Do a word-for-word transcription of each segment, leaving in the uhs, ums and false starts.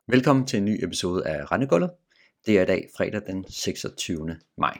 Velkommen til en ny episode af Rennegulvet. Det er i dag fredag den seksogtyvende maj.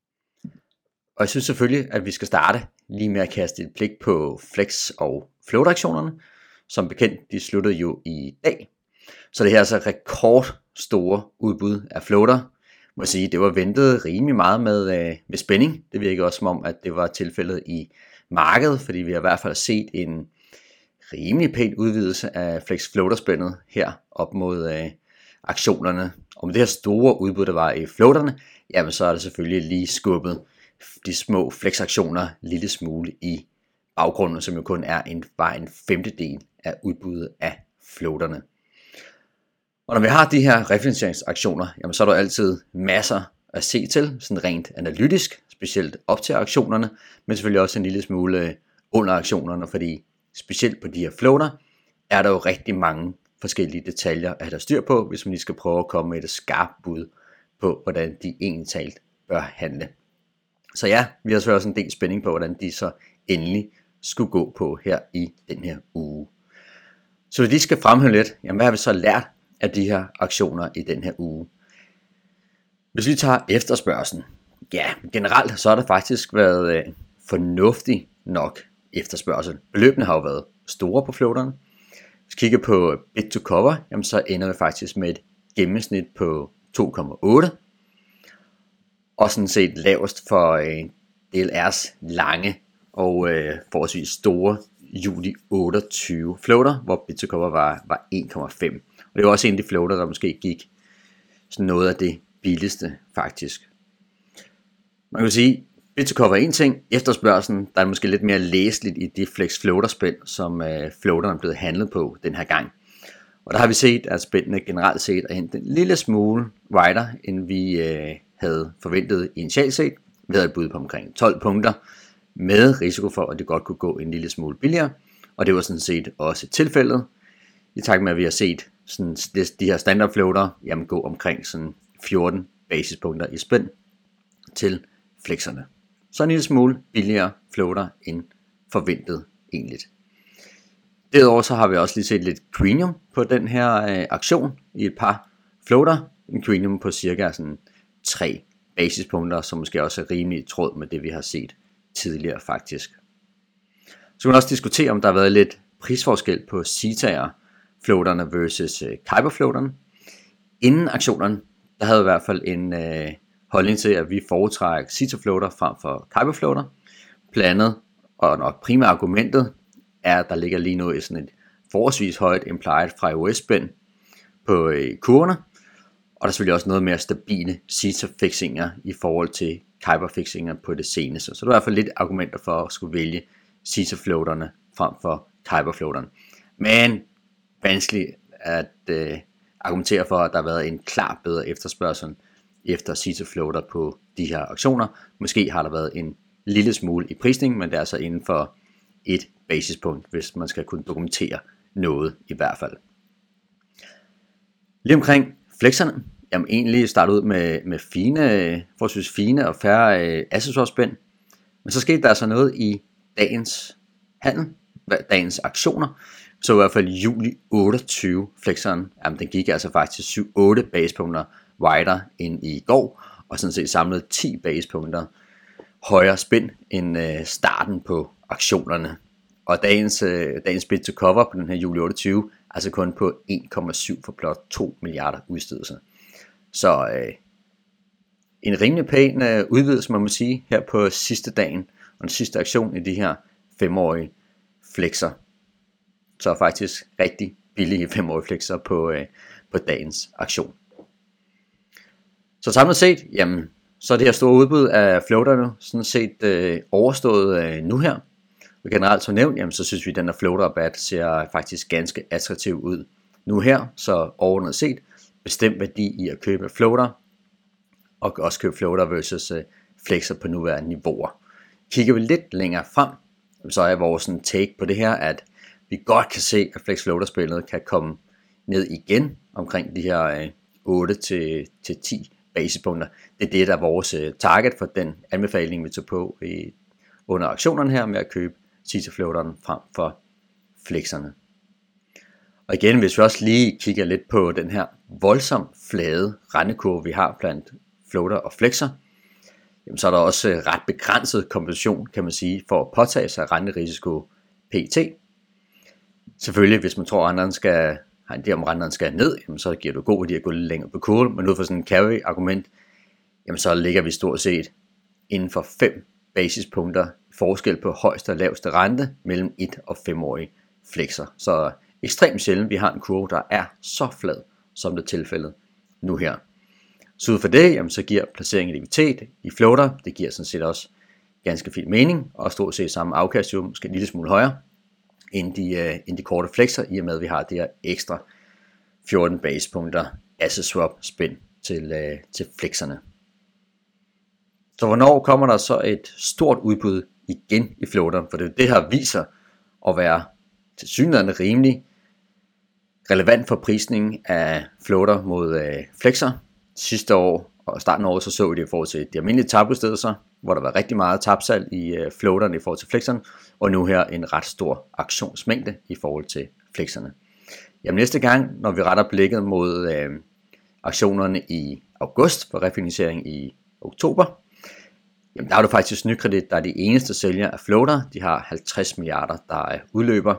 Og jeg synes selvfølgelig, at vi skal starte lige med at kaste et blik på Flex og Float aktionerne. Som bekendt, de sluttede jo i dag. Så det her er altså rekordstore udbud af floater. Må jeg sige, det var ventet rimelig meget med, øh, med spænding. Det virker også som om, at det var tilfældet i markedet, fordi vi har i hvert fald set en rimelig pæn udvidelse af Flex Floater spændet her op mod øh, aktionerne. Og med det her store udbud, der var i floaterne, jamen så er det selvfølgelig lige skubbet de små Flex aktioner en lille smule i baggrunden, som jo kun er en, bare en femtedel af udbuddet af floaterne. Og når vi har de her refinansieringsaktioner, jamen så er der altid masser at se til, sådan rent analytisk, specielt op til aktionerne, men selvfølgelig også en lille smule under aktionerne, fordi specielt på de her floater, er der jo rigtig mange forskellige detaljer at have styr på, hvis man lige skal prøve at komme med et skarpt bud på, hvordan de egentlig talt bør handle. Så ja, vi har selvfølgelig også en del spænding på, hvordan de så endelig skulle gå på her i den her uge. Så hvis vi skal fremhæve lidt, jamen hvad har vi så lært af de her aktioner i den her uge? Hvis vi tager efterspørgselen, ja, generelt så har der faktisk været øh, fornuftig nok efterspørgsel. Beløbene har jo været store på floaterne. Hvis vi kigger på bid to cover, jamen så ender vi faktisk med et gennemsnit på to komma otte. Og sådan set lavest for øh, D L R's lange og øh, forholdsvis store juli otteogtyve floater, hvor bid to cover var, var en komma fem. Og det var også en af de floater, der måske gik sådan noget af det billigste faktisk. Man kan sige, bid to cover er en ting, efterspørgselen, der er måske lidt mere læseligt i de Flex Floater spænd, som øh, floaterne er blevet handlet på den her gang. Og der har vi set, at spændene generelt set er hentet en lille smule wider, end vi øh, havde forventet initialt set. Vi havde et bud på omkring tolv punkter, med risiko for, at det godt kunne gå en lille smule billigere. Og det var sådan set også tilfældet, i takt med, at vi har set sådan, de her standard floater jamen, gå omkring sådan fjorten basispunkter i spænd til flexerne. Så en lille smule billigere floater end forventet egentlig. Derudover så har vi også lige set lidt premium på den her øh, aktion i et par floater. En premium på cirka sådan tre basispunkter, som måske også er rimelig i tråd med det vi har set tidligere faktisk. Så kan man også diskutere, om der har været lidt prisforskel på Ceta'er floaterne versus øh, Kyber floaterne. Inden aktionerne, der havde i hvert fald en øh, holdning til, at vi foretrækker Ceta floater frem for Kyber floater. Planet og nok primært argumentet er, at der ligger lige nu i sådan et forholdsvis højt implied fra I O S-spænd på øh, kurverne. Og der er selvfølgelig også noget mere stabile Ceta fixinger i forhold til Kyber fixinger på det seneste. Så der er i hvert fald lidt argumenter for at skulle vælge Ceta floaterne frem for Kyber floaterne. Men vanskeligt at øh, argumentere for, at der har været en klar bedre efterspørgsel efter Ceta floater på de her aktioner. Måske har der været en lille smule i prisning, men det er altså inden for et basispunkt, hvis man skal kunne dokumentere noget i hvert fald. Lige omkring flexerne, jamen egentlig starte ud med, med fine, forholdsvis fine og færre øh, accessoryspænd. Men så skete der altså noget i dagens handel, dagens aktioner. Så i hvert fald juli otteogtyve flexeren, jamen den gik altså faktisk syv otte basispunkter wider end i går, og sådan set samlet ti basispunkter højere spænd end øh, starten på aktionerne. Og dagens, øh, dagens bid to cover på den her juli otteogtyve, altså kun på en komma syv for blot to milliarder udstedelser. Så øh, en rimelig pæn øh, udvidelse, man må sige, her på sidste dagen, og den sidste aktion i de her femårige flexer. Så faktisk rigtig billige femårige flexer på, øh, på dagens aktion. Så samlet set, jamen, så er det her store udbud af floaterne sådan set øh, overstået øh, nu her. Og generelt så nævnt, jamen, så synes vi, at den her floater rabat ser faktisk ganske attraktiv ud nu her. Så overordnet set, bestemt værdi i at købe floater, og også købe floater versus øh, flexer på nuværende niveauer. Kigger vi lidt længere frem, så er vores sådan, take på det her, at vi godt kan se, at flex floater spillet kan komme ned igen omkring de her øh, otte til ti basispunkter. Det er det, der er vores øh, target for den anbefaling, vi tog på i, under aktionerne her med at købe Ceta floateren frem for flexerne. Og Og igen, hvis vi også lige kigger lidt på den her voldsomt flade rentekurve, vi har blandt floater og flexer, jamen så er der også ret begrænset kompensation, kan man sige, for at påtage sig renterisiko pt. Selvfølgelig, hvis man tror, at renterne skal, har en idé om, at renterne skal ned, jamen så giver det god idé at gå lidt længere på kurven, men ud fra sådan en carry-argument, jamen så ligger vi stort set inden for fem basispunkter forskel på højeste og laveste rente mellem et og femårige flexer. Så ekstremt sjældent, vi har en kurve, der er så flad, som det er tilfældet nu her. Så ud fra det, jamen, så giver placering af likviditet i floater, det giver sådan set også ganske fin mening, og stort set samme afkast, jo måske en lille smule højere, end de, uh, end de korte flexer, i og med at vi har det her ekstra fjorten basispunkter asset swap spænd til, uh, til flexerne. Så hvornår kommer der så et stort udbud igen i floater? For det, det her viser at være tilsyneladende rimelig relevant for prisningen af floater mod øh, flexer. Sidste år og starten af året, så så vi det i forhold til de almindelige tabudstedelser, hvor der var rigtig meget tabsalg i øh, floaterne i forhold til flexerne, og nu her en ret stor aktionsmængde i forhold til flexerne. Jamen næste gang, når vi retter blikket mod øh, aktionerne i august for refinansiering i oktober, jamen der er det faktisk Nykredit, der er de eneste sælger af floater. De har halvtreds milliarder, der er udløber.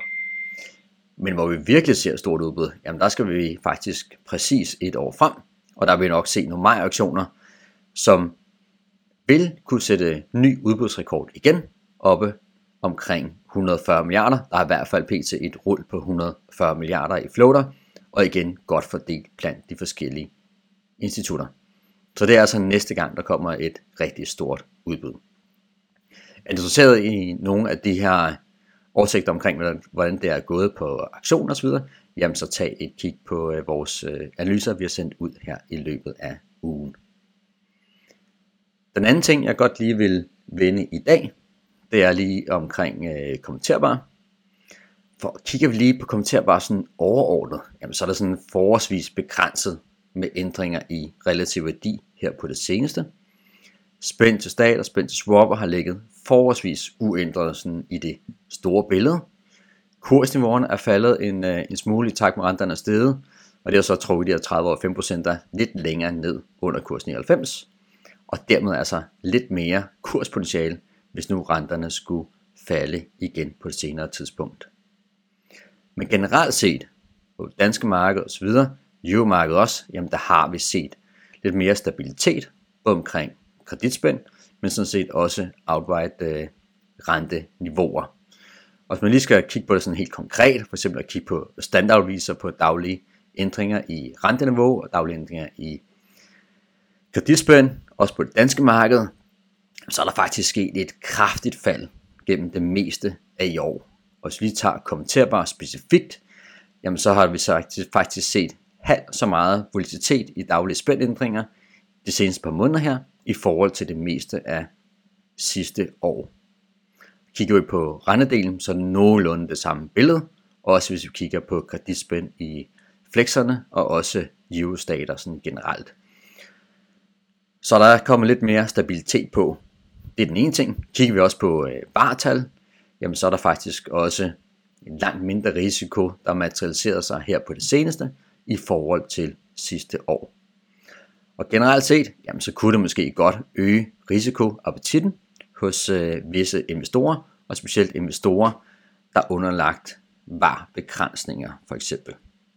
Men hvor vi virkelig ser stort udbud, jamen der skal vi faktisk præcis et år frem. Og der vil vi nok se nogle maj-auktioner, som vil kunne sætte ny udbudsrekord igen oppe omkring et hundrede og fyrre milliarder. Der er i hvert fald pt. Et rul på et hundrede og fyrre milliarder i floater. Og igen godt fordelt blandt de forskellige institutter. Så det er altså næste gang, der kommer et rigtig stort udbud. Er interesseret i nogle af de her oversigter omkring, hvordan det er gået på aktion og så videre, jamen så tag et kig på vores analyser, vi har sendt ud her i løbet af ugen. Den anden ting, jeg godt lige vil vende i dag, det er lige omkring øh, kommenterbar. For kigger vi lige på kommenterbar sådan overordnet, jamen så er der sådan forholdsvis begrænset med ændringer i relativ værdi her på det seneste. Spænd til stat og spænd til swapper har ligget forholdsvis uændret sådan i det store billede. Kursniveauerne er faldet en, en smule i takt med renterne er steget, og det har så trukket de her tredive og fem procent lidt længere ned under kurs nioghalvfems, og dermed altså lidt mere kurspotentiale, hvis nu renterne skulle falde igen på et senere tidspunkt. Men generelt set, på det danske marked osv., euromarkedet også, jamen der har vi set lidt mere stabilitet, både omkring kreditspænd, men sådan set også outright øh, renteniveauer. Og hvis man lige skal kigge på det sådan helt konkret, for eksempel at kigge på standardviser på daglige ændringer i renteniveau og daglige ændringer i kreditspænd, også på det danske marked, så er der faktisk sket et kraftigt fald gennem det meste af i år. Og hvis vi tager kommenterbar specifikt, jamen så har vi så faktisk set halv så meget volatilitet i daglige spændændringer de seneste par måneder her, i forhold til det meste af sidste år. Kigger vi på rentedelen, så er det nogenlunde det samme billede, også hvis vi kigger på kreditspænd i flexerne, og også eurostater sådan generelt. Så der er kommet lidt mere stabilitet på. Det er den ene ting. Kigger vi også på øh, bartal, jamen så er der faktisk også en langt mindre risiko, der materialiserer sig her på det seneste, i forhold til sidste år. Og generelt set, jamen så kunne det måske godt øge risikoappetitten hos øh, visse investorer, og specielt investorer, der er underlagt varebegrænsninger for eksempel.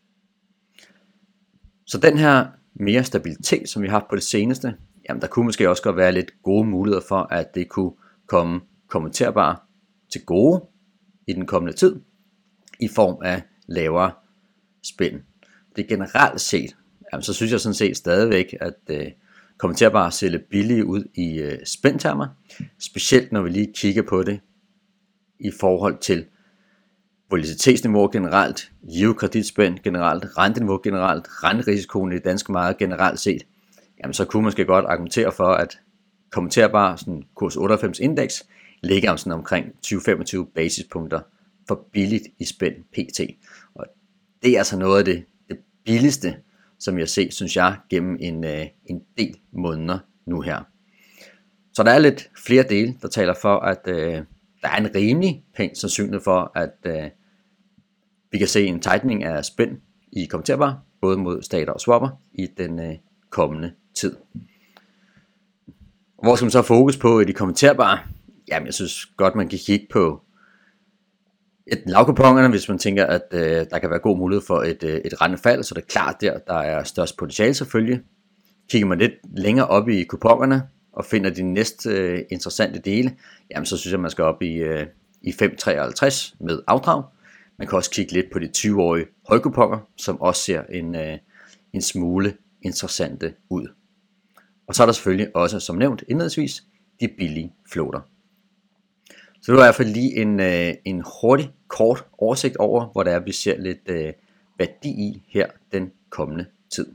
Så den her mere stabilitet, som vi har haft på det seneste, jamen der kunne måske også godt være lidt gode muligheder for, at det kunne komme kommenterbart til gode i den kommende tid, i form af lavere spænd. Det er generelt set, jamen så synes jeg sådan set stadigvæk, at øh, kommenterbart ser lidt billige ud i øh, spændtermer, specielt når vi lige kigger på det i forhold til volatilitetsniveau generelt, yield-kreditspænd generelt, renteniveau generelt, renterisikoen i det danske marked generelt set, jamen så kunne man måske godt argumentere for, at kommenterbar sådan kurs otteoghalvfems indeks ligger om sådan omkring tyve til femogtyve basispunkter for billigt i spænd pt. Og det er altså noget af det, det billigste, som jeg ser, synes jeg, gennem en, øh, en del måneder nu her. Så der er lidt flere dele, der taler for, at øh, der er en rimelig pæn sandsynlighed for, at øh, Vi kan se en tightening af spænd i kommenterbare, både mod stater og swapper i den øh, kommende tid. Hvor skal man så fokus på i de kommenterbare? Jamen jeg synes godt man kan kigge på et lavkuponerne, hvis man tænker at øh, der kan være god mulighed for et, øh, et rentefald, så det er klart der, der er størst potentiale selvfølgelig. Kigger man lidt længere op i kuponerne og finder de næste øh, interessante dele, jamen så synes jeg man skal op i, øh, i fem komma treoghalvtreds med afdrag. Man kan også kigge lidt på de tyve-årige højkuponer, som også ser en, øh, en smule interessante ud. Og så er der selvfølgelig også, som nævnt indledningsvis, de billige floater. Så det var i hvert fald lige en, øh, en hurtig, kort oversigt over, hvor der er, vi ser lidt øh, værdi i her den kommende tid.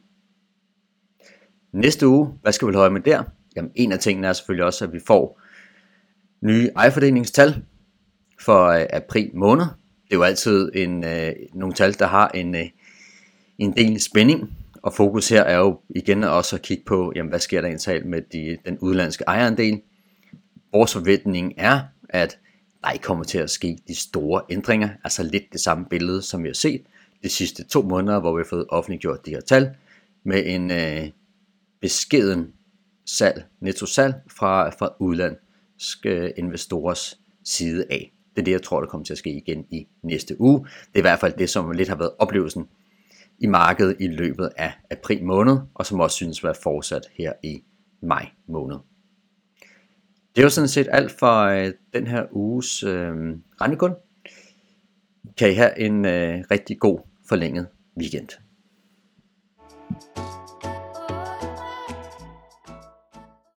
Næste uge, hvad skal vi holde med der? Jamen en af tingene er selvfølgelig også, at vi får nye ejerfordelingstal for øh, april måned. Det er jo altid en, øh, nogle tal, der har en, øh, en del spænding. Og fokus her er jo igen også at kigge på, jamen, hvad sker der egentlig med de, den udenlandske ejerandel. Vores forventning er, at der ikke kommer til at ske de store ændringer. Altså lidt det samme billede, som vi har set de sidste to måneder, hvor vi har fået offentliggjort de her tal. Med en øh, beskeden salg, netto salg fra, fra udlandske investorers side af. Det er det, jeg tror, der kommer til at ske igen i næste uge. Det er i hvert fald det, som lidt har været oplevelsen i markedet i løbet af april måned, og som også synes at være fortsat her i maj måned. Det er jo sådan set alt for øh, den her uges øh, rentekund. Kan I have en øh, rigtig god forlænget weekend.